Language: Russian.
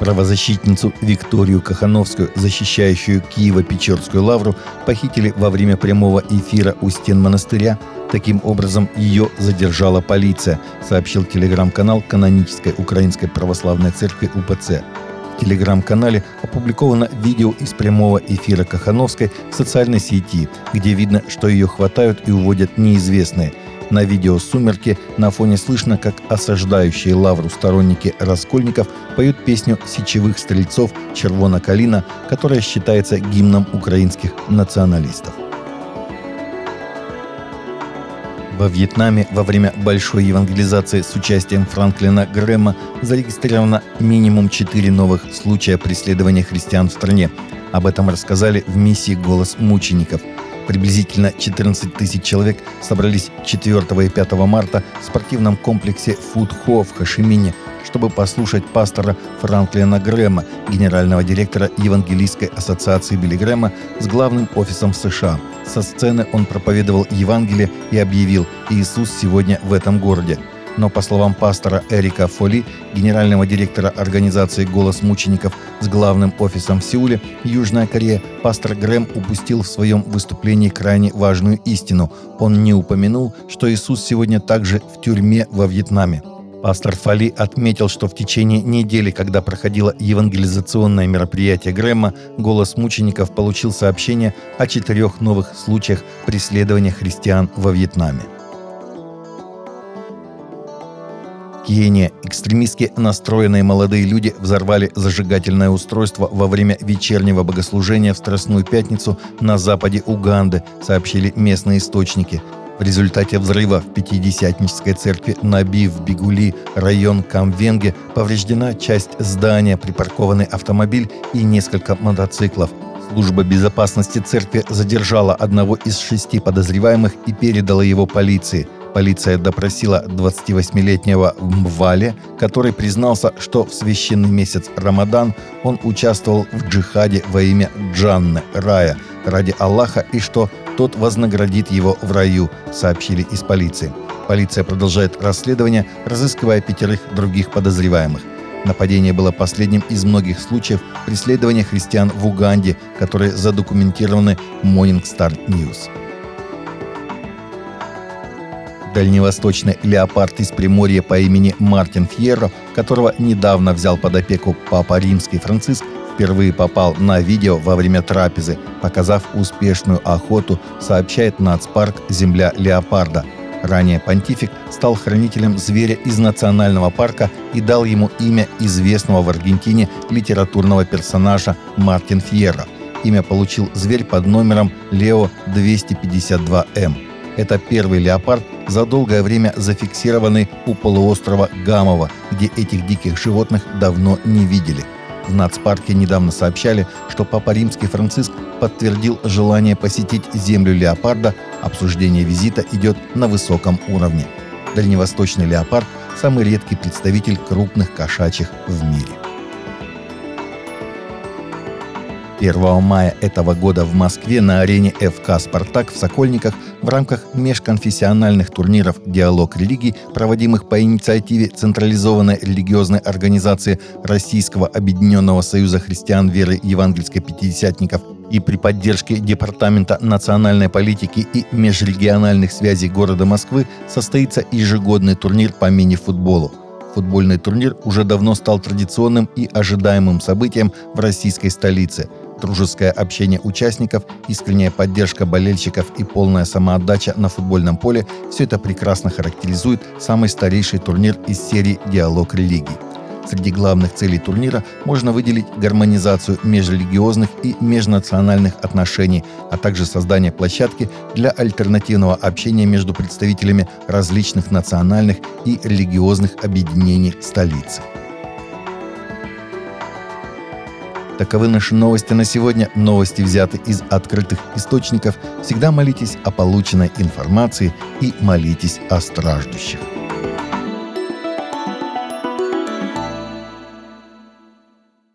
Правозащитницу Викторию Кахановскую, защищающую Киево-Печерскую лавру, похитили во время прямого эфира у стен монастыря. Таким образом, ее задержала полиция, сообщил телеграм-канал канонической Украинской Православной Церкви УПЦ. В телеграм-канале опубликовано видео из прямого эфира Кахановской в социальной сети, где видно, что ее хватают и уводят неизвестные. На видео «Сумерки» на фоне слышно, как осаждающие лавру сторонники раскольников поют песню сечевых стрельцов «Червона калина», которая считается гимном украинских националистов. Во Вьетнаме во время большой евангелизации с участием Франклина Грэма зарегистрировано минимум 4 новых случая преследования христиан в стране. Об этом рассказали в миссии «Голос мучеников». Приблизительно 14 тысяч человек собрались 4 и 5 марта в спортивном комплексе «Фудхо» в Хошимине, чтобы послушать пастора Франклина Грэма, генерального директора Евангелийской ассоциации Билли Грэма с главным офисом в США. Со сцены он проповедовал Евангелие и объявил: «Иисус сегодня в этом городе». Но, по словам пастора Эрика Фоли, генерального директора организации «Голос мучеников» с главным офисом в Сеуле, Южная Корея, пастор Грэм упустил в своем выступлении крайне важную истину. Он не упомянул, что Иисус сегодня также в тюрьме во Вьетнаме. Пастор Фоли отметил, что в течение недели, когда проходило евангелизационное мероприятие Грэма, «Голос мучеников» получил сообщение о 4 новых случаях преследования христиан во Вьетнаме. Кения. Экстремистски настроенные молодые люди взорвали зажигательное устройство во время вечернего богослужения в Страстную Пятницу на западе Уганды, сообщили местные источники. В результате взрыва в Пятидесятнической церкви Наби в Бигули, район Камвенге, повреждена часть здания, припаркованный автомобиль и несколько мотоциклов. Служба безопасности церкви задержала одного из 6 подозреваемых и передала его полиции. Полиция допросила 28-летнего Мвале, который признался, что в священный месяц Рамадан он участвовал в джихаде во имя Джанны, рая, ради Аллаха, и что тот вознаградит его в раю, сообщили из полиции. Полиция продолжает расследование, разыскивая 5 других подозреваемых. Нападение было последним из многих случаев преследования христиан в Уганде, которые задокументированы в Morning Star News. Дальневосточный леопард из Приморья по имени Мартин Фьерро, которого недавно взял под опеку Папа Римский Франциск, впервые попал на видео во время трапезы, показав успешную охоту, сообщает нацпарк «Земля леопарда». Ранее понтифик стал хранителем зверя из национального парка и дал ему имя известного в Аргентине литературного персонажа Мартин Фьерро. Имя получил зверь под номером Лео 252М. Это первый леопард, за долгое время зафиксированный у полуострова Гамово, где этих диких животных давно не видели. В нацпарке недавно сообщали, что Папа Римский Франциск подтвердил желание посетить землю леопарда. Обсуждение визита идет на высоком уровне. Дальневосточный леопард – самый редкий представитель крупных кошачьих в мире. 1 мая этого года в Москве на арене ФК «Спартак» в Сокольниках в рамках межконфессиональных турниров «Диалог религий», проводимых по инициативе централизованной религиозной организации Российского объединенного союза христиан веры евангельской пятидесятников и при поддержке Департамента национальной политики и межрегиональных связей города Москвы, состоится ежегодный турнир по мини-футболу. Футбольный турнир уже давно стал традиционным и ожидаемым событием в российской столице. Дружеское общение участников, искренняя поддержка болельщиков и полная самоотдача на футбольном поле – все это прекрасно характеризует самый старейший турнир из серии «Диалог религий». Среди главных целей турнира можно выделить гармонизацию межрелигиозных и межнациональных отношений, а также создание площадки для альтернативного общения между представителями различных национальных и религиозных объединений столицы. Таковы наши новости на сегодня. Новости взяты из открытых источников. Всегда молитесь о полученной информации и молитесь о страждущих.